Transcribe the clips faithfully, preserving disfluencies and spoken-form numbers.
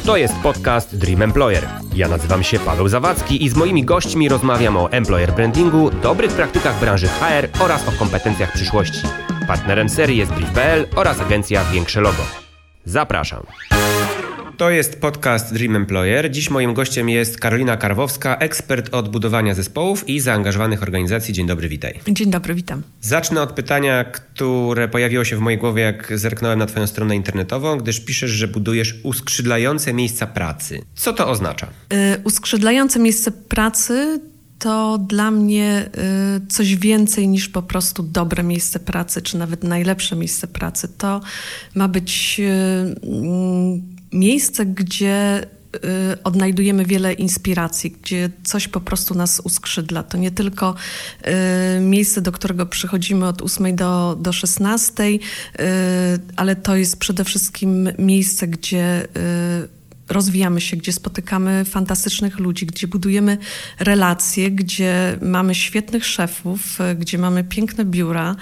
To jest podcast Dream Employer. Ja nazywam się Paweł Zawadzki i z moimi gośćmi rozmawiam o employer brandingu, dobrych praktykach branży H R oraz o kompetencjach przyszłości. Partnerem serii jest Brief kropka p l oraz agencja Większe Logo. Zapraszam. To jest podcast Dream Employer. Dziś moim gościem jest Karolina Karwowska, ekspert od budowania zespołów i zaangażowanych organizacji. Dzień dobry, witaj. Dzień dobry, witam. Zacznę od pytania, które pojawiło się w mojej głowie, jak zerknąłem na twoją stronę internetową, gdyż piszesz, że budujesz uskrzydlające miejsca pracy. Co to oznacza? Yy, uskrzydlające miejsce pracy to dla mnie y, coś więcej niż po prostu dobre miejsce pracy, czy nawet najlepsze miejsce pracy. To ma być y, y, miejsce, gdzie y, odnajdujemy wiele inspiracji, gdzie coś po prostu nas uskrzydla. To nie tylko y, miejsce, do którego przychodzimy od ósmej do, do szesnastej, y, ale to jest przede wszystkim miejsce, gdzie y, rozwijamy się, gdzie spotykamy fantastycznych ludzi, gdzie budujemy relacje, gdzie mamy świetnych szefów, gdzie mamy piękne biura,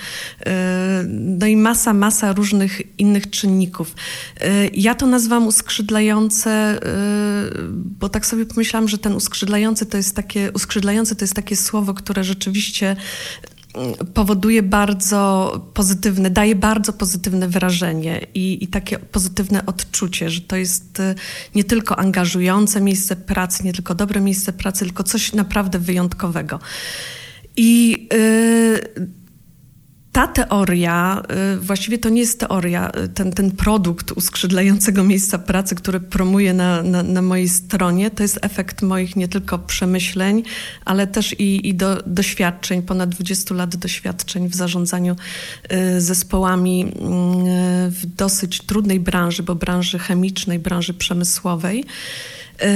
no i masa, masa różnych innych czynników. Ja to nazywam uskrzydlające, bo tak sobie pomyślałam, że ten uskrzydlający to jest takie, uskrzydlający to jest takie słowo, które rzeczywiście powoduje bardzo pozytywne, daje bardzo pozytywne wrażenie i, i takie pozytywne odczucie, że to jest nie tylko angażujące miejsce pracy, nie tylko dobre miejsce pracy, tylko coś naprawdę wyjątkowego. I yy, ta teoria, właściwie to nie jest teoria, ten, ten produkt uskrzydlającego miejsca pracy, który promuję na, na, na mojej stronie, to jest efekt moich nie tylko przemyśleń, ale też i, i do, doświadczeń, ponad dwudziestu lat doświadczeń w zarządzaniu y, zespołami y, w dosyć trudnej branży, bo branży chemicznej, branży przemysłowej. Y,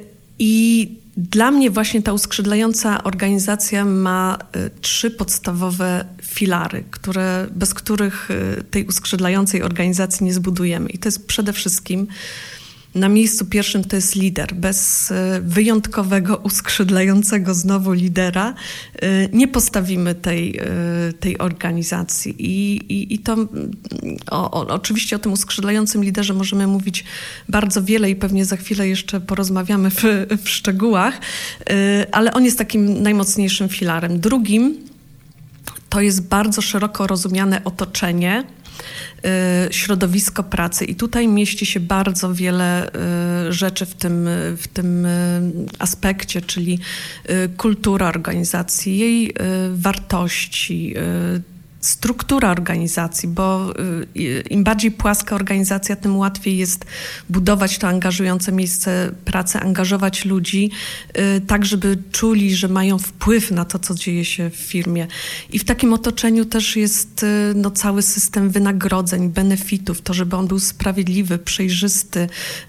I Dla mnie właśnie ta uskrzydlająca organizacja ma y, trzy podstawowe filary, które, bez których y, tej uskrzydlającej organizacji nie zbudujemy. I to jest przede wszystkim na miejscu pierwszym to jest lider. Bez y, wyjątkowego, uskrzydlającego znowu lidera y, nie postawimy tej, y, tej organizacji. I, i, i to o, o, oczywiście o tym uskrzydlającym liderze możemy mówić bardzo wiele i pewnie za chwilę jeszcze porozmawiamy w, w szczegółach, y, ale on jest takim najmocniejszym filarem. Drugim to jest bardzo szeroko rozumiane otoczenie, środowisko pracy i tutaj mieści się bardzo wiele rzeczy w tym, w tym aspekcie, czyli kultura organizacji, jej wartości, struktura organizacji, bo im bardziej płaska organizacja, tym łatwiej jest budować to angażujące miejsce pracy, angażować ludzi, tak żeby czuli, że mają wpływ na to, co dzieje się w firmie. I w takim otoczeniu też jest no, cały system wynagrodzeń, benefitów, to, żeby on był sprawiedliwy, przejrzysty.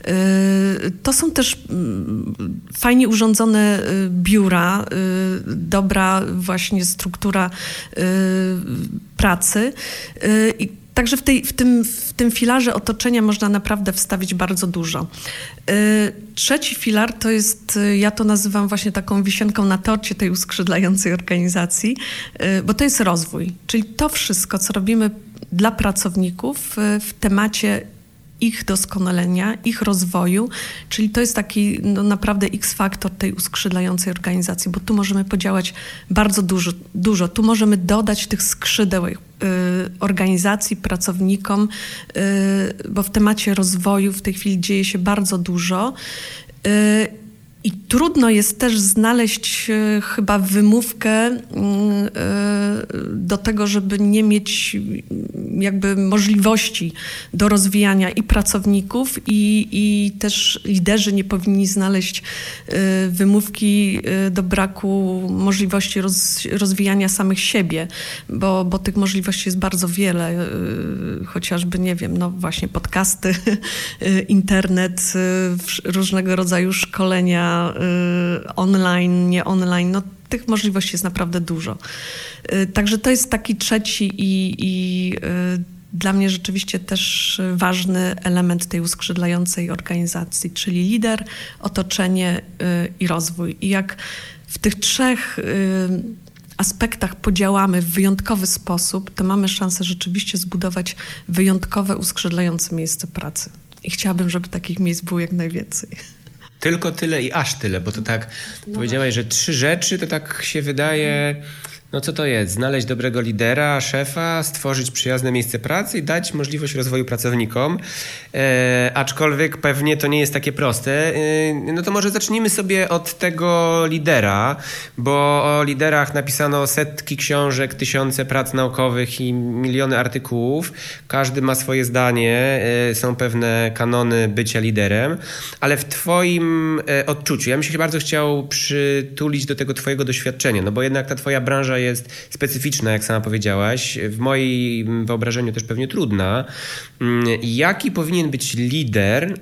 To są też fajnie urządzone biura, dobra właśnie struktura pracy. I także w, tej, w, tym, w tym filarze otoczenia można naprawdę wstawić bardzo dużo. Trzeci filar to jest, ja to nazywam właśnie taką wisienką na torcie tej uskrzydlającej organizacji, bo to jest rozwój. Czyli to wszystko, co robimy dla pracowników w temacie ich doskonalenia, ich rozwoju, czyli to jest taki no, naprawdę X-faktor tej uskrzydlającej organizacji, bo tu możemy podziałać bardzo dużo, dużo. Tu możemy dodać tych skrzydeł y, organizacji, pracownikom, y, bo w temacie rozwoju w tej chwili dzieje się bardzo dużo. Y, I trudno jest też znaleźć y, chyba wymówkę y, do tego, żeby nie mieć jakby możliwości do rozwijania i pracowników, i, i też liderzy nie powinni znaleźć y, wymówki y, do braku możliwości roz, rozwijania samych siebie, bo, bo tych możliwości jest bardzo wiele, y, chociażby, nie wiem, no właśnie podcasty, y, internet, y, różnego rodzaju szkolenia, online, nie online, no tych możliwości jest naprawdę dużo. Także to jest taki trzeci i, i dla mnie rzeczywiście też ważny element tej uskrzydlającej organizacji, czyli lider, otoczenie i rozwój. I jak w tych trzech aspektach podziałamy w wyjątkowy sposób, to mamy szansę rzeczywiście zbudować wyjątkowe, uskrzydlające miejsce pracy. I chciałabym, żeby takich miejsc było jak najwięcej. Tylko tyle i aż tyle, bo to tak no powiedziałaś, że trzy rzeczy, to tak się wydaje... No co to jest? Znaleźć dobrego lidera, szefa, stworzyć przyjazne miejsce pracy i dać możliwość rozwoju pracownikom. E, aczkolwiek pewnie to nie jest takie proste. E, no to może zacznijmy sobie od tego lidera, bo o liderach napisano setki książek, tysiące prac naukowych i miliony artykułów. Każdy ma swoje zdanie, e, są pewne kanony bycia liderem, ale w twoim e, odczuciu, ja bym się bardzo chciał przytulić do tego twojego doświadczenia, no bo jednak ta twoja branża jest specyficzna, jak sama powiedziałaś, w moim wyobrażeniu też pewnie trudna. Jaki powinien być lider,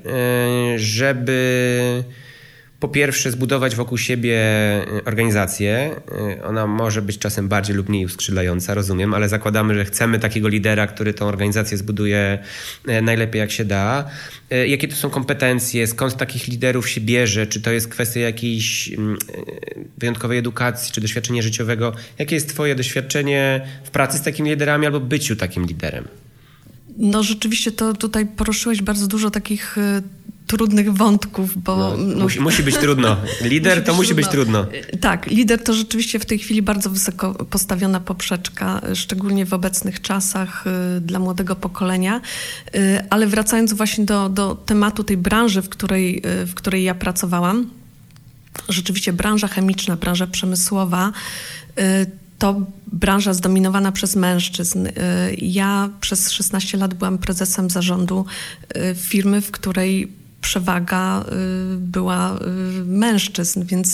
żeby po pierwsze zbudować wokół siebie organizację? Ona może być czasem bardziej lub mniej uskrzydlająca, rozumiem, ale zakładamy, że chcemy takiego lidera, który tą organizację zbuduje najlepiej jak się da. Jakie to są kompetencje? Skąd takich liderów się bierze? Czy to jest kwestia jakiejś wyjątkowej edukacji, czy doświadczenia życiowego? Jakie jest twoje doświadczenie w pracy z takimi liderami albo byciu takim liderem? No rzeczywiście to tutaj poruszyłeś bardzo dużo takich trudnych wątków, bo... No, no, musi, musi być trudno. Lider musi to musi trudno. być trudno. Tak, lider to rzeczywiście w tej chwili bardzo wysoko postawiona poprzeczka, szczególnie w obecnych czasach y, dla młodego pokolenia. Y, ale wracając właśnie do, do tematu tej branży, w której, y, w której ja pracowałam, rzeczywiście branża chemiczna, branża przemysłowa, y, to branża zdominowana przez mężczyzn. Ja przez szesnaście lat byłam prezesem zarządu firmy, w której przewaga była mężczyzn, więc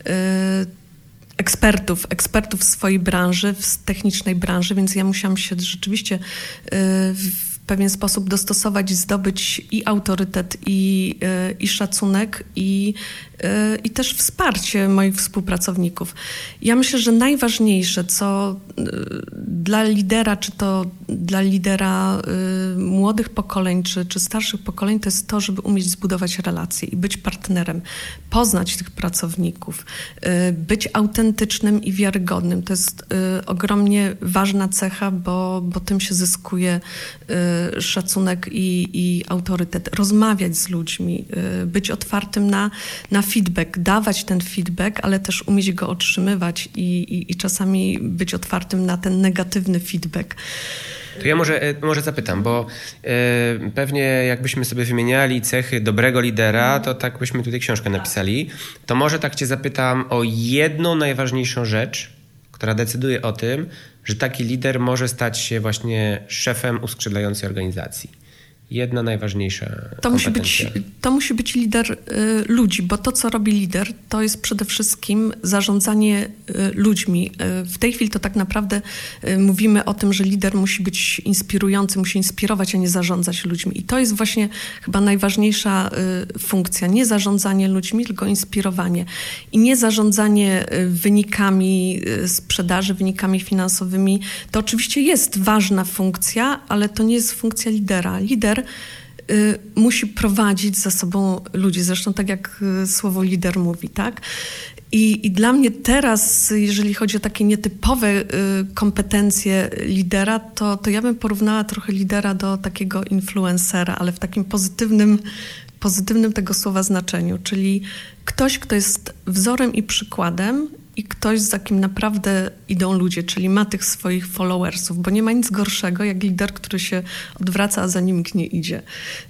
ekspertów, ekspertów w swojej branży, w technicznej branży, więc ja musiałam się rzeczywiście w pewien sposób dostosować, zdobyć i autorytet, i, i szacunek, i, i też wsparcie moich współpracowników. Ja myślę, że najważniejsze, co dla lidera, czy to dla lidera młodych pokoleń, czy, czy starszych pokoleń, to jest to, żeby umieć zbudować relacje i być partnerem, poznać tych pracowników, być autentycznym i wiarygodnym. To jest ogromnie ważna cecha, bo, bo tym się zyskuje szacunek i, i autorytet. Rozmawiać z ludźmi, być otwartym na, na feedback, dawać ten feedback, ale też umieć go otrzymywać i, i, i czasami być otwartym na ten negatywny feedback. To ja może, może zapytam, bo y, pewnie jakbyśmy sobie wymieniali cechy dobrego lidera, to tak byśmy tutaj książkę napisali. To może tak cię zapytam o jedną najważniejszą rzecz, która decyduje o tym, że taki lider może stać się właśnie szefem uskrzydlającej organizacji. Jedna najważniejsza to musi być, to musi być lider y, ludzi, bo to, co robi lider, to jest przede wszystkim zarządzanie y, ludźmi. Y, w tej chwili to tak naprawdę y, mówimy o tym, że lider musi być inspirujący, musi inspirować, a nie zarządzać ludźmi. I to jest właśnie chyba najważniejsza y, funkcja. Nie zarządzanie ludźmi, tylko inspirowanie. I nie zarządzanie y, wynikami y, sprzedaży, wynikami finansowymi. To oczywiście jest ważna funkcja, ale to nie jest funkcja lidera. Lider Y, musi prowadzić za sobą ludzi, zresztą tak jak y, słowo lider mówi, tak? I, I dla mnie teraz, jeżeli chodzi o takie nietypowe y, kompetencje lidera, to, to ja bym porównała trochę lidera do takiego influencera, ale w takim pozytywnym, pozytywnym tego słowa znaczeniu, czyli ktoś, kto jest wzorem i przykładem, i ktoś, za kim naprawdę idą ludzie, czyli ma tych swoich followersów, bo nie ma nic gorszego jak lider, który się odwraca, a za nim nikt nie idzie.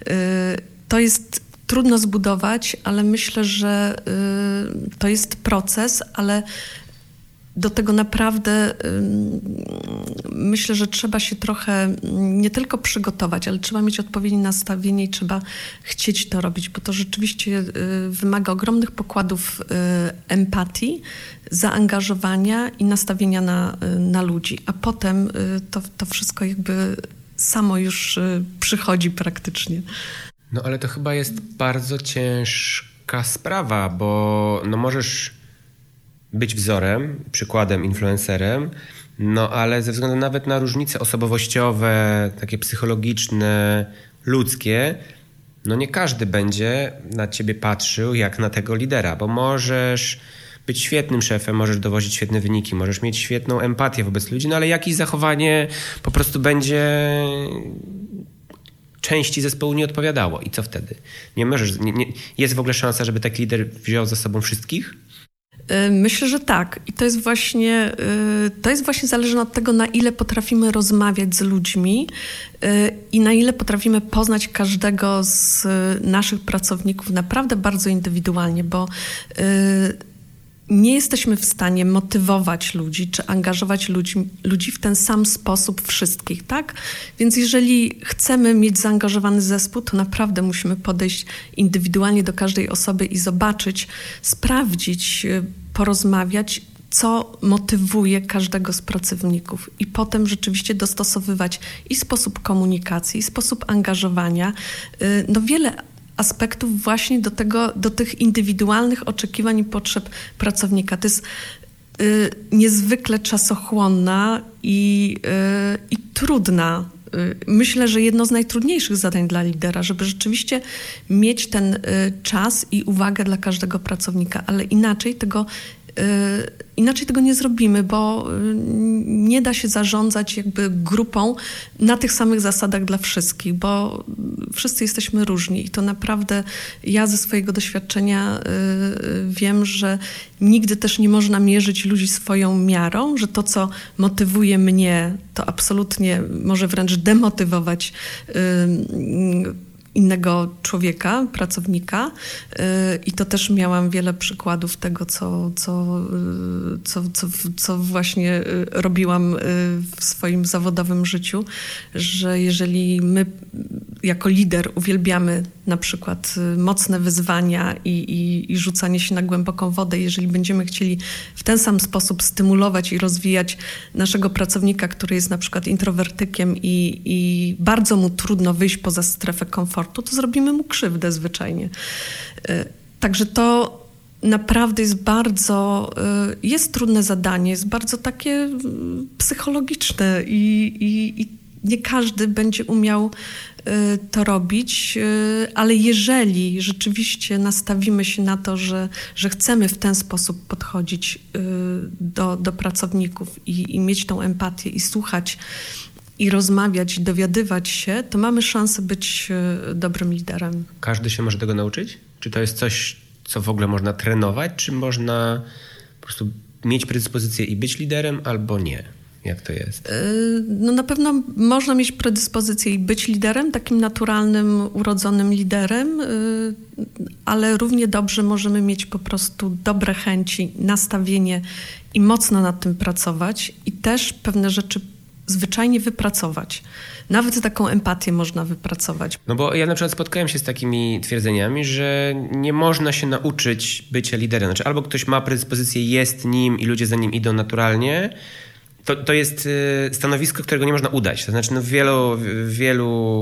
To jest trudno zbudować, ale myślę, że to jest proces, ale do tego naprawdę myślę, że trzeba się trochę nie tylko przygotować, ale trzeba mieć odpowiednie nastawienie i trzeba chcieć to robić, bo to rzeczywiście wymaga ogromnych pokładów empatii, zaangażowania i nastawienia na, na ludzi, a potem to, to wszystko jakby samo już przychodzi praktycznie. No ale to chyba jest bardzo ciężka sprawa, bo no możesz być wzorem, przykładem, influencerem, no ale ze względu nawet na różnice osobowościowe, takie psychologiczne, ludzkie, no nie każdy będzie na ciebie patrzył jak na tego lidera, bo możesz być świetnym szefem, możesz dowozić świetne wyniki, możesz mieć świetną empatię wobec ludzi, no ale jakieś zachowanie po prostu będzie części zespołu nie odpowiadało. I co wtedy? Nie możesz, nie, nie, jest w ogóle szansa, żeby taki lider wziął za sobą wszystkich? Myślę, że tak. I to jest właśnie, to jest właśnie zależne od tego, na ile potrafimy rozmawiać z ludźmi i na ile potrafimy poznać każdego z naszych pracowników naprawdę bardzo indywidualnie, bo nie jesteśmy w stanie motywować ludzi czy angażować ludzi, ludzi w ten sam sposób wszystkich, tak? Więc jeżeli chcemy mieć zaangażowany zespół, to naprawdę musimy podejść indywidualnie do każdej osoby i zobaczyć, sprawdzić, porozmawiać, co motywuje każdego z pracowników i potem rzeczywiście dostosowywać i sposób komunikacji, i sposób angażowania. No wiele aspektów właśnie do tego, do tych indywidualnych oczekiwań i potrzeb pracownika. To jest y, niezwykle czasochłonna i, y, i trudna. Y, myślę, że jedno z najtrudniejszych zadań dla lidera, żeby rzeczywiście mieć ten y, czas i uwagę dla każdego pracownika, ale inaczej tego Inaczej tego nie zrobimy, bo nie da się zarządzać jakby grupą na tych samych zasadach dla wszystkich, bo wszyscy jesteśmy różni i to naprawdę ja ze swojego doświadczenia wiem, że nigdy też nie można mierzyć ludzi swoją miarą, że to, co motywuje mnie, to absolutnie może wręcz demotywować innego człowieka, pracownika i to też miałam wiele przykładów tego, co, co, co, co, co właśnie robiłam w swoim zawodowym życiu, że jeżeli my jako lider uwielbiamy na przykład mocne wyzwania i, i, i rzucanie się na głęboką wodę, jeżeli będziemy chcieli w ten sam sposób stymulować i rozwijać naszego pracownika, który jest na przykład introwertykiem i, i bardzo mu trudno wyjść poza strefę komfortu, to zrobimy mu krzywdę zwyczajnie. Także to naprawdę jest bardzo, jest trudne zadanie, jest bardzo takie psychologiczne i, i, i nie każdy będzie umiał to robić, ale jeżeli rzeczywiście nastawimy się na to, że, że chcemy w ten sposób podchodzić do, do pracowników i, i mieć tą empatię i słuchać i rozmawiać, i dowiadywać się, to mamy szansę być dobrym liderem. Każdy się może tego nauczyć? Czy to jest coś, co w ogóle można trenować, czy można po prostu mieć predyspozycję i być liderem, albo nie? Jak to jest? No na pewno można mieć predyspozycję i być liderem, takim naturalnym, urodzonym liderem, ale równie dobrze możemy mieć po prostu dobre chęci, nastawienie i mocno nad tym pracować i też pewne rzeczy zwyczajnie wypracować. Nawet taką empatię można wypracować. No bo ja na przykład spotkałem się z takimi twierdzeniami, że nie można się nauczyć bycia liderem. Znaczy albo ktoś ma predyspozycję, jest nim i ludzie za nim idą naturalnie. To, to jest stanowisko, którego nie można udać. To znaczy no wielu, wielu,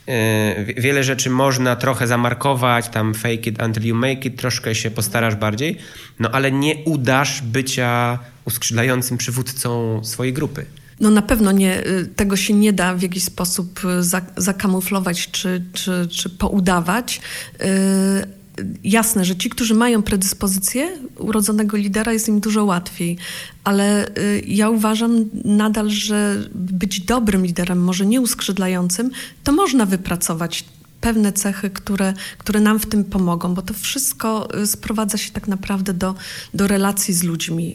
wiele rzeczy można trochę zamarkować, tam fake it until you make it, troszkę się postarasz bardziej, no ale nie udasz bycia uskrzydlającym przywódcą swojej grupy. No na pewno nie, tego się nie da w jakiś sposób zakamuflować czy, czy, czy poudawać. Jasne, że ci, którzy mają predyspozycję urodzonego lidera, jest im dużo łatwiej, ale ja uważam nadal, że być dobrym liderem, może nie uskrzydlającym, to można wypracować pewne cechy, które, które nam w tym pomogą, bo to wszystko sprowadza się tak naprawdę do, do relacji z ludźmi.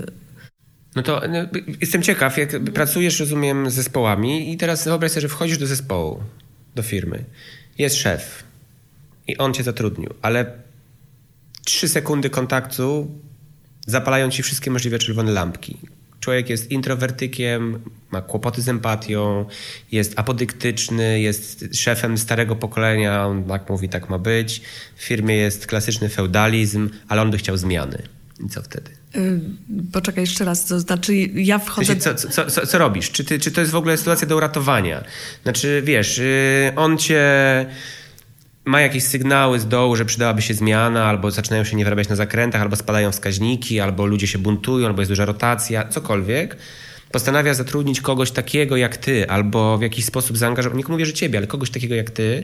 No to no, jestem ciekaw, jak pracujesz, rozumiem, z zespołami i teraz wyobraź sobie, że wchodzisz do zespołu, do firmy, jest szef i on cię zatrudnił, ale trzy sekundy kontaktu zapalają ci wszystkie możliwe czerwone lampki. Człowiek jest introwertykiem, ma kłopoty z empatią, jest apodyktyczny, jest szefem starego pokolenia, on tak mówi, tak ma być. W firmie jest klasyczny feudalizm, ale on by chciał zmiany. I co wtedy? Yy, poczekaj jeszcze raz, to znaczy ja wchodzę... Co, co, co, co robisz? Czy, ty, czy to jest w ogóle sytuacja do uratowania? Znaczy, wiesz, yy, on cię... ma jakieś sygnały z dołu, że przydałaby się zmiana, albo zaczynają się nie wyrabiać na zakrętach, albo spadają wskaźniki, albo ludzie się buntują, albo jest duża rotacja, cokolwiek. Postanawia zatrudnić kogoś takiego jak ty, albo w jakiś sposób zaangażować, nie mówię, że ciebie, ale kogoś takiego jak ty.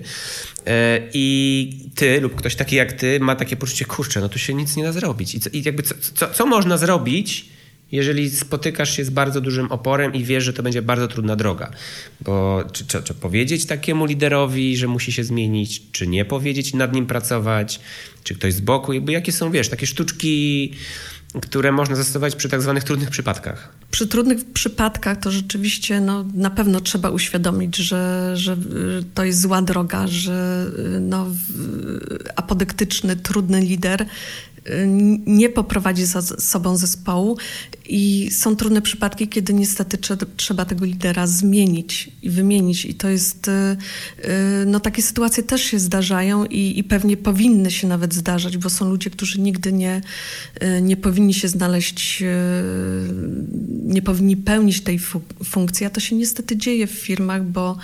I ty lub ktoś taki jak ty ma takie poczucie, kurczę, no tu się nic nie da zrobić. I, co, i jakby co, co, co można zrobić, jeżeli spotykasz się z bardzo dużym oporem i wiesz, że to będzie bardzo trudna droga. Bo czy, czy, czy powiedzieć takiemu liderowi, że musi się zmienić, czy nie powiedzieć i nad nim pracować, czy ktoś z boku, jakby jakie są, wiesz, takie sztuczki, które można zastosować przy tak zwanych trudnych przypadkach. Przy trudnych przypadkach to rzeczywiście no, na pewno trzeba uświadomić, że, że to jest zła droga, że no, apodyktyczny, trudny lider nie poprowadzi za sobą zespołu i są trudne przypadki, kiedy niestety trzeba tego lidera zmienić i wymienić i to jest, no takie sytuacje też się zdarzają i, i pewnie powinny się nawet zdarzać, bo są ludzie, którzy nigdy nie, nie powinni się znaleźć, nie powinni pełnić tej funkcji, a to się niestety dzieje w firmach, bo,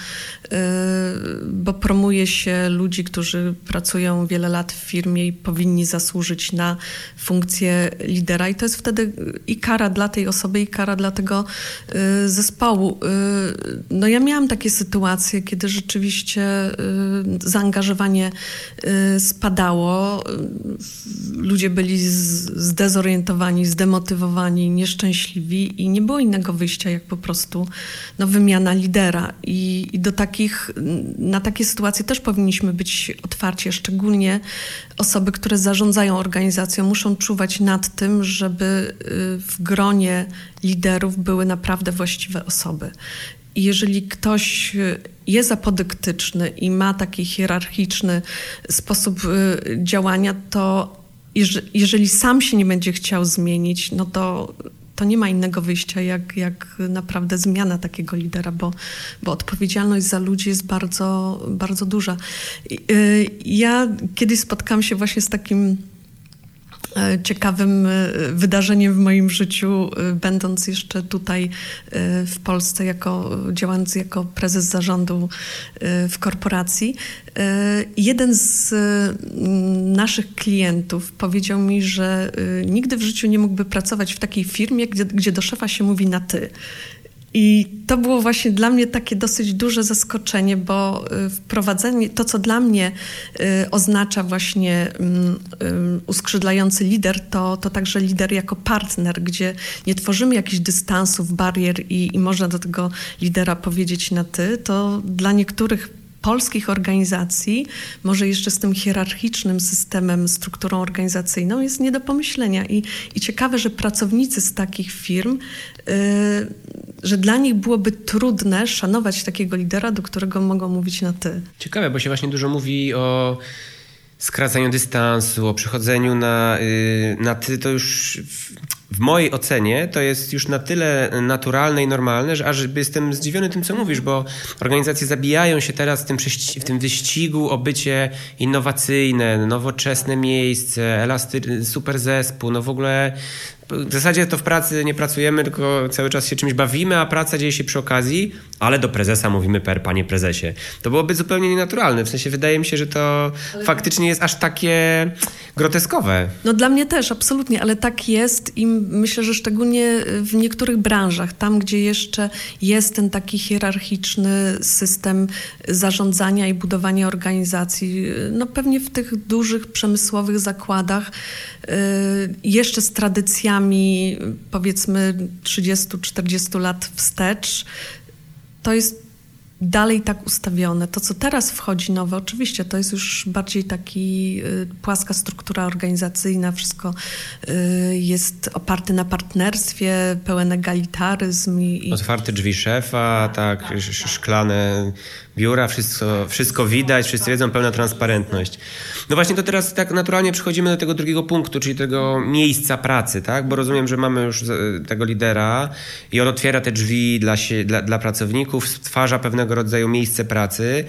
bo promuje się ludzi, którzy pracują wiele lat w firmie i powinni zasłużyć na funkcję lidera i to jest wtedy i kara dla tej osoby, i kara dla tego y, zespołu. Y, no ja miałam takie sytuacje, kiedy rzeczywiście y, zaangażowanie y, spadało. Ludzie byli z, zdezorientowani, zdemotywowani, nieszczęśliwi i nie było innego wyjścia, jak po prostu no, wymiana lidera. I, i do takich, na takie sytuacje też powinniśmy być otwarci, szczególnie osoby, które zarządzają organizacją, muszą czuwać nad tym, żeby w gronie liderów były naprawdę właściwe osoby. I jeżeli ktoś jest apodyktyczny i ma taki hierarchiczny sposób działania, to jeżeli sam się nie będzie chciał zmienić, no to to nie ma innego wyjścia, jak, jak naprawdę zmiana takiego lidera, bo, bo odpowiedzialność za ludzi jest bardzo, bardzo duża. Ja kiedyś spotkałam się właśnie z takim ciekawym wydarzeniem w moim życiu, będąc jeszcze tutaj w Polsce, jako, działając jako prezes zarządu w korporacji. Jeden z naszych klientów powiedział mi, że nigdy w życiu nie mógłby pracować w takiej firmie, gdzie, gdzie do szefa się mówi na ty. I to było właśnie dla mnie takie dosyć duże zaskoczenie, bo wprowadzenie, to co dla mnie oznacza właśnie uskrzydlający lider, to, to także lider jako partner, gdzie nie tworzymy jakichś dystansów, barier i, i można do tego lidera powiedzieć na ty, to dla niektórych polskich organizacji, może jeszcze z tym hierarchicznym systemem, strukturą organizacyjną jest nie do pomyślenia. I, i ciekawe, że pracownicy z takich firm, yy, że dla nich byłoby trudne szanować takiego lidera, do którego mogą mówić na ty. Ciekawe, bo się właśnie dużo mówi o skracaniu dystansu, o przechodzeniu na, yy, na ty, to już w, w mojej ocenie to jest już na tyle naturalne i normalne, że aż jestem zdziwiony tym, co mówisz, bo organizacje zabijają się teraz w tym, w tym wyścigu o bycie innowacyjne, nowoczesne miejsce, elasty, super zespół, no w ogóle w zasadzie to w pracy nie pracujemy, tylko cały czas się czymś bawimy, a praca dzieje się przy okazji, ale do prezesa mówimy per panie prezesie. To byłoby zupełnie nienaturalne. W sensie wydaje mi się, że to ale faktycznie jest aż takie groteskowe. No dla mnie też, absolutnie, ale tak jest i myślę, że szczególnie w niektórych branżach, tam gdzie jeszcze jest ten taki hierarchiczny system zarządzania i budowania organizacji, no pewnie w tych dużych przemysłowych zakładach yy, jeszcze z tradycjami powiedzmy trzydzieści czterdzieści lat wstecz, to jest dalej tak ustawione. To, co teraz wchodzi nowe, oczywiście to jest już bardziej taki y, płaska struktura organizacyjna, wszystko y, jest oparte na partnerstwie, pełen egalitaryzm. I, i... Otwarte drzwi szefa, tak, tak, tak szklane biura, wszystko, wszystko widać, wszyscy wiedzą, pełna transparentność. No właśnie to teraz tak naturalnie przechodzimy do tego drugiego punktu, czyli tego miejsca pracy, tak? Bo rozumiem, że mamy już tego lidera i on otwiera te drzwi dla, się, dla, dla pracowników, stwarza pewnego rodzaju miejsce pracy.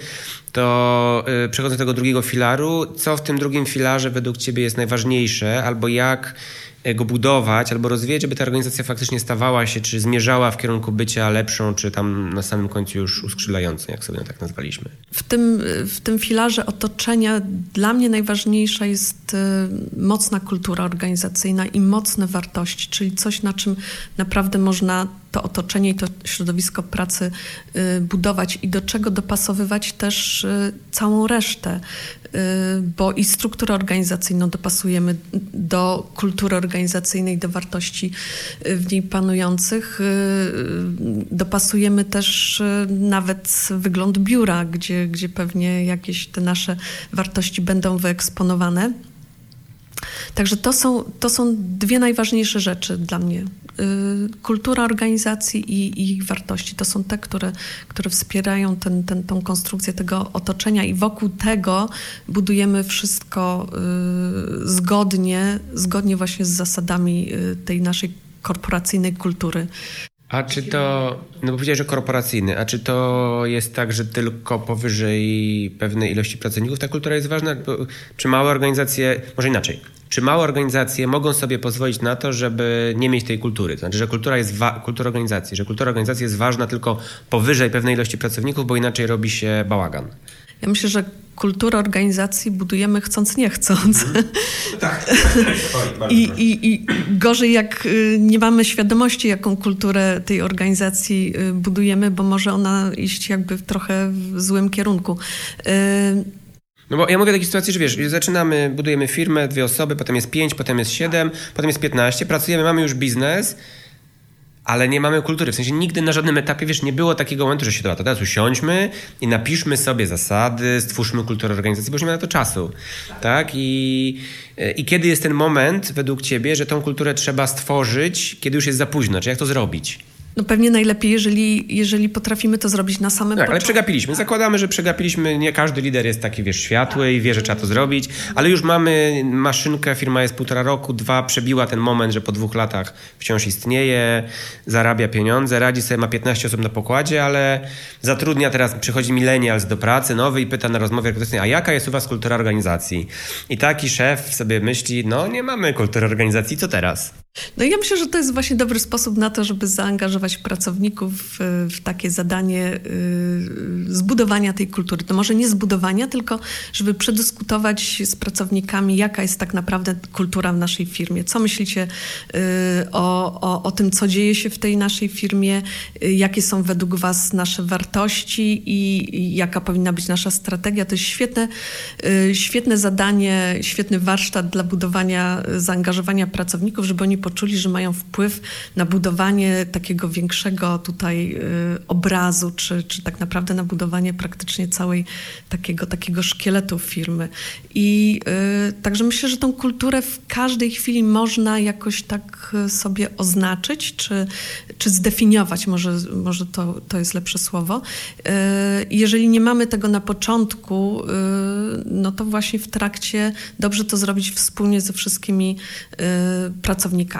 To yy, przechodząc do tego drugiego filaru, co w tym drugim filarze według ciebie jest najważniejsze, albo jak go budować, albo rozwijać, żeby ta organizacja faktycznie stawała się, czy zmierzała w kierunku bycia lepszą, czy tam na samym końcu już uskrzydlającą, jak sobie ją tak nazwaliśmy. W tym, w tym filarze otoczenia dla mnie najważniejsza jest mocna kultura organizacyjna i mocne wartości, czyli coś, na czym naprawdę można to otoczenie i to środowisko pracy budować i do czego dopasowywać też całą resztę, bo i strukturę organizacyjną dopasujemy do kultury organizacyjnej, do wartości w niej panujących. Dopasujemy też nawet wygląd biura, gdzie, gdzie pewnie jakieś te nasze wartości będą wyeksponowane. Także to są, to są dwie najważniejsze rzeczy dla mnie. Kultura organizacji i, i ich wartości. To są te, które, które wspierają ten, ten, tą konstrukcję tego otoczenia i wokół tego budujemy wszystko zgodnie, zgodnie właśnie z zasadami tej naszej korporacyjnej kultury. A czy to, no bo powiedziałeś, że korporacyjny, a czy to jest tak, że tylko powyżej pewnej ilości pracowników ta kultura jest ważna? Czy małe organizacje, może inaczej, czy małe organizacje mogą sobie pozwolić na to, żeby nie mieć tej kultury? To znaczy, że kultura jest wa- kultura organizacji, że kultura organizacji jest ważna tylko powyżej pewnej ilości pracowników, bo inaczej robi się bałagan. Ja myślę, że kulturę organizacji budujemy chcąc, nie chcąc. Tak. I, i, I gorzej, jak nie mamy świadomości, jaką kulturę tej organizacji budujemy, bo może ona iść jakby w trochę w złym kierunku. No bo ja mówię o takiej sytuacji, że wiesz, zaczynamy, budujemy firmę, dwie osoby, potem jest pięć, potem jest siedem, potem jest piętnaście, pracujemy, mamy już biznes, ale nie mamy kultury. W sensie nigdy na żadnym etapie, wiesz, nie było takiego momentu, że się to teraz usiądźmy i napiszmy sobie zasady, stwórzmy kulturę organizacji, bo już nie ma na to czasu. Tak? I, I kiedy jest ten moment według ciebie, że tą kulturę trzeba stworzyć, kiedy już jest za późno? Czy jak to zrobić? No pewnie najlepiej, jeżeli, jeżeli potrafimy to zrobić na samym tak, początku. Ale przegapiliśmy. Zakładamy, że przegapiliśmy. Nie każdy lider jest taki, wiesz, światły i wie, że trzeba to zrobić, ale już mamy maszynkę, firma jest półtora roku, dwa, przebiła ten moment, że po dwóch latach wciąż istnieje, zarabia pieniądze, radzi sobie, ma piętnaście osób na pokładzie, ale zatrudnia teraz, przychodzi millennials do pracy nowy i pyta na rozmowie rekrutacyjnej, a jaka jest u was kultura organizacji? I taki szef sobie myśli, no nie mamy kultury organizacji, co teraz? No i ja myślę, że to jest właśnie dobry sposób na to, żeby zaangażować pracowników w, w takie zadanie y, zbudowania tej kultury. To może nie zbudowania, tylko żeby przedyskutować z pracownikami, jaka jest tak naprawdę kultura w naszej firmie. Co myślicie y, o, o, o tym, co dzieje się w tej naszej firmie, y, jakie są według was nasze wartości i, i jaka powinna być nasza strategia. To jest świetne, y, świetne zadanie, świetny warsztat dla budowania, zaangażowania pracowników, żeby oni poczuli, że mają wpływ na budowanie takiego większego tutaj y, obrazu, czy, czy tak naprawdę na budowanie praktycznie całej takiego, takiego szkieletu firmy. I y, także myślę, że tą kulturę w każdej chwili można jakoś tak sobie oznaczyć, czy, czy zdefiniować, może, może to, to jest lepsze słowo. Y, jeżeli nie mamy tego na początku, y, no to właśnie w trakcie dobrze to zrobić wspólnie ze wszystkimi y, pracownikami.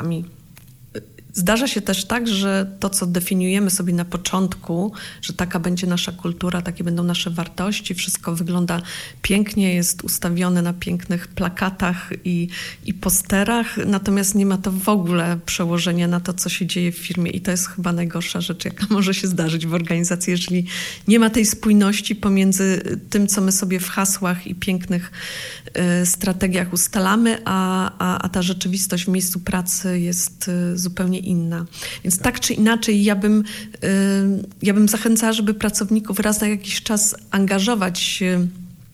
Zdarza się też tak, że to, co definiujemy sobie na początku, że taka będzie nasza kultura, takie będą nasze wartości, wszystko wygląda pięknie, jest ustawione na pięknych plakatach i, i posterach, natomiast nie ma to w ogóle przełożenia na to, co się dzieje w firmie i to jest chyba najgorsza rzecz, jaka może się zdarzyć w organizacji, jeżeli nie ma tej spójności pomiędzy tym, co my sobie w hasłach i pięknych y, strategiach ustalamy, a, a, a ta rzeczywistość w miejscu pracy jest y, zupełnie inna. Więc tak czy inaczej ja bym, ja bym zachęcała, żeby pracowników raz na jakiś czas angażować się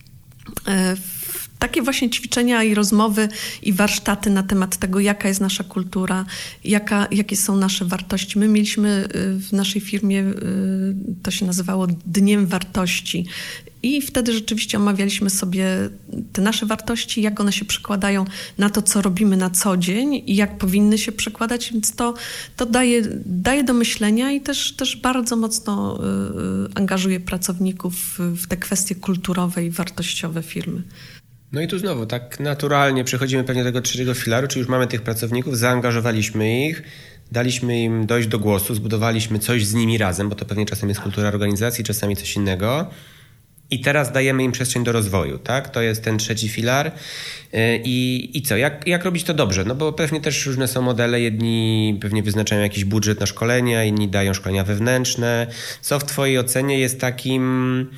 w takie właśnie ćwiczenia i rozmowy i warsztaty na temat tego, jaka jest nasza kultura, jaka, jakie są nasze wartości. My mieliśmy w naszej firmie, to się nazywało Dniem Wartości. I wtedy rzeczywiście omawialiśmy sobie te nasze wartości, jak one się przekładają na to, co robimy na co dzień i jak powinny się przekładać, więc to, to daje, daje do myślenia i też, też bardzo mocno y, angażuje pracowników w, w te kwestie kulturowe i wartościowe firmy. No i tu znowu tak naturalnie przechodzimy pewnie do tego trzeciego filaru, czyli już mamy tych pracowników, zaangażowaliśmy ich, daliśmy im dojść do głosu, zbudowaliśmy coś z nimi razem, bo to pewnie czasem jest kultura organizacji, czasami coś innego. I teraz dajemy im przestrzeń do rozwoju, tak? To jest ten trzeci filar. I, i co? Jak, jak robić to dobrze? No bo pewnie też różne są modele. Jedni pewnie wyznaczają jakiś budżet na szkolenia, inni dają szkolenia wewnętrzne. Co w twojej ocenie jest takim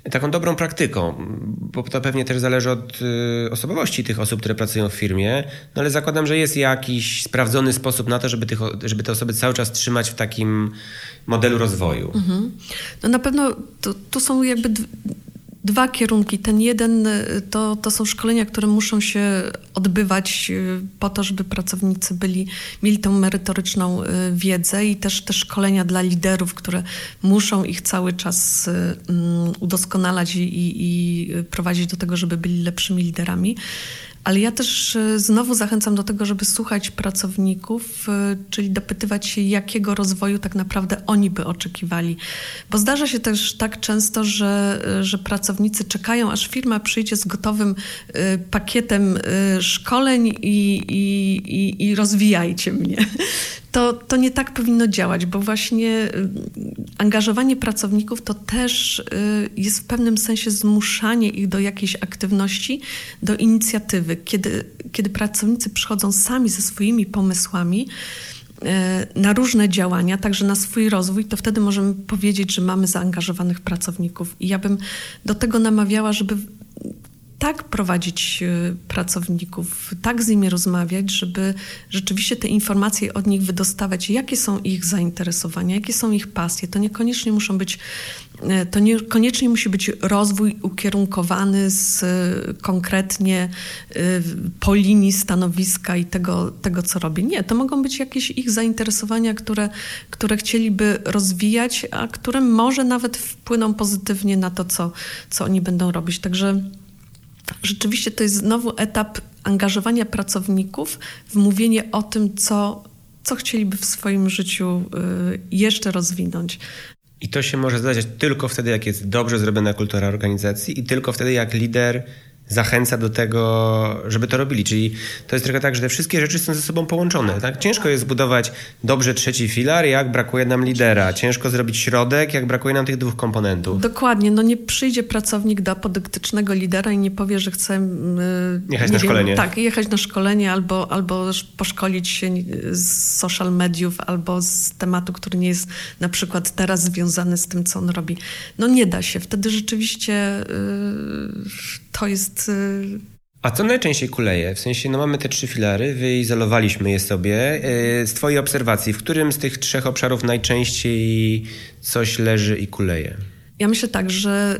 taką dobrą praktyką, bo to pewnie też zależy od y, osobowości tych osób, które pracują w firmie, no ale zakładam, że jest jakiś sprawdzony sposób na to, żeby, tych, żeby te osoby cały czas trzymać w takim modelu rozwoju. Mhm. No na pewno to, to są jakby d- dwa kierunki. Ten jeden to, to są szkolenia, które muszą się odbywać po to, żeby pracownicy byli, mieli tą merytoryczną wiedzę i też te szkolenia dla liderów, które muszą ich cały czas udoskonalać i, i, i prowadzić do tego, żeby byli lepszymi liderami. Ale ja też znowu zachęcam do tego, żeby słuchać pracowników, czyli dopytywać się, jakiego rozwoju tak naprawdę oni by oczekiwali. Bo zdarza się też tak często, że, że pracownicy czekają, aż firma przyjdzie z gotowym pakietem szkoleń i, i, i, i rozwijajcie mnie. To, to nie tak powinno działać, bo właśnie angażowanie pracowników to też jest w pewnym sensie zmuszanie ich do jakiejś aktywności, do inicjatywy. Kiedy, kiedy pracownicy przychodzą sami ze swoimi pomysłami na różne działania, także na swój rozwój, to wtedy możemy powiedzieć, że mamy zaangażowanych pracowników. I ja bym do tego namawiała, żeby tak prowadzić pracowników, tak z nimi rozmawiać, żeby rzeczywiście te informacje od nich wydostawać, jakie są ich zainteresowania, jakie są ich pasje. To niekoniecznie muszą być, to niekoniecznie musi być rozwój ukierunkowany z konkretnie po linii stanowiska i tego, tego co robi. Nie, to mogą być jakieś ich zainteresowania, które, które chcieliby rozwijać, a które może nawet wpłyną pozytywnie na to, co, co oni będą robić. Także rzeczywiście to jest znowu etap angażowania pracowników w mówienie o tym, co, co chcieliby w swoim życiu jeszcze rozwinąć. I to się może zdarzyć tylko wtedy, jak jest dobrze zrobiona kultura organizacji i tylko wtedy, jak lider zachęca do tego, żeby to robili. Czyli to jest trochę tak, że te wszystkie rzeczy są ze sobą połączone. Tak? Ciężko jest zbudować dobrze trzeci filar, jak brakuje nam lidera. Ciężko zrobić środek, jak brakuje nam tych dwóch komponentów. Dokładnie. No nie przyjdzie pracownik do apodyktycznego lidera i nie powie, że chce yy, jechać nie na wiem, szkolenie. Tak, jechać na szkolenie albo, albo poszkolić się z social mediów albo z tematu, który nie jest na przykład teraz związany z tym, co on robi. No nie da się. Wtedy rzeczywiście yy, to jest... A co najczęściej kuleje? W sensie, no mamy te trzy filary, wyizolowaliśmy je sobie. Z twojej obserwacji, w którym z tych trzech obszarów najczęściej coś leży i kuleje? Ja myślę tak, że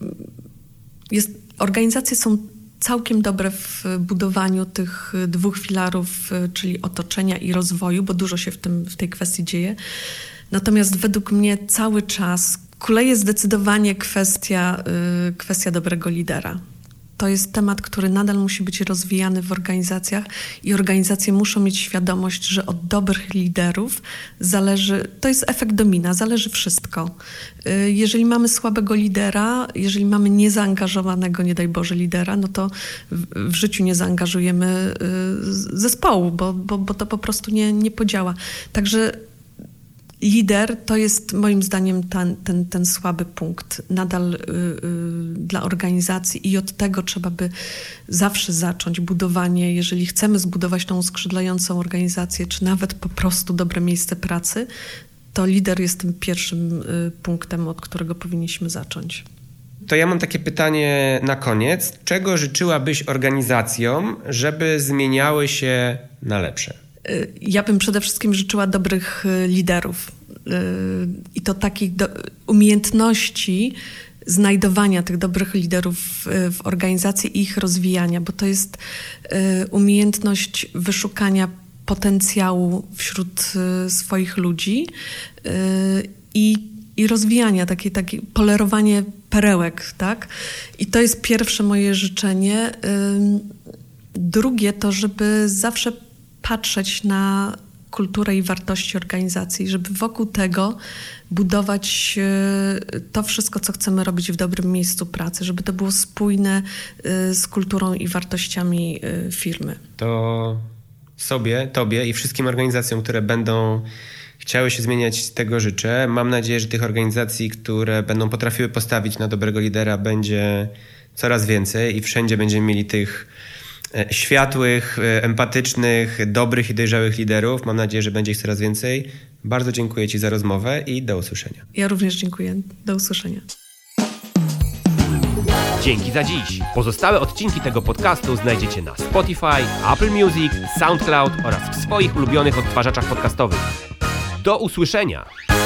jest, organizacje są całkiem dobre w budowaniu tych dwóch filarów, czyli otoczenia i rozwoju, bo dużo się w, tym, w tej kwestii dzieje. Natomiast według mnie cały czas kuleje zdecydowanie kwestia, kwestia dobrego lidera. To jest temat, który nadal musi być rozwijany w organizacjach i organizacje muszą mieć świadomość, że od dobrych liderów zależy, to jest efekt domina, zależy wszystko. Jeżeli mamy słabego lidera, jeżeli mamy niezaangażowanego, nie daj Boże, lidera, no to w, w życiu nie zaangażujemy zespołu, bo, bo, bo to po prostu nie, nie podziała. Także lider to jest moim zdaniem ten, ten, ten słaby punkt nadal y, y, dla organizacji i od tego trzeba by zawsze zacząć budowanie, jeżeli chcemy zbudować tą skrzydlającą organizację, czy nawet po prostu dobre miejsce pracy, to lider jest tym pierwszym y, punktem, od którego powinniśmy zacząć. To ja mam takie pytanie na koniec. Czego życzyłabyś organizacjom, żeby zmieniały się na lepsze? Ja bym przede wszystkim życzyła dobrych liderów i to takich do, umiejętności znajdowania tych dobrych liderów w, w organizacji i ich rozwijania, bo to jest umiejętność wyszukania potencjału wśród swoich ludzi i, i rozwijania, takie, takie polerowanie perełek, tak? I to jest pierwsze moje życzenie. Drugie to, żeby zawsze patrzeć na kulturę i wartości organizacji, żeby wokół tego budować to wszystko, co chcemy robić w dobrym miejscu pracy, żeby to było spójne z kulturą i wartościami firmy. To sobie, tobie i wszystkim organizacjom, które będą chciały się zmieniać, tego życzę. Mam nadzieję, że tych organizacji, które będą potrafiły postawić na dobrego lidera, będzie coraz więcej i wszędzie będziemy mieli tych światłych, empatycznych, dobrych i dojrzałych liderów. Mam nadzieję, że będzie ich coraz więcej. Bardzo dziękuję ci za rozmowę i do usłyszenia. Ja również dziękuję. Do usłyszenia. Dzięki za dziś. Pozostałe odcinki tego podcastu znajdziecie na Spotify, Apple Music, SoundCloud oraz w swoich ulubionych odtwarzaczach podcastowych. Do usłyszenia!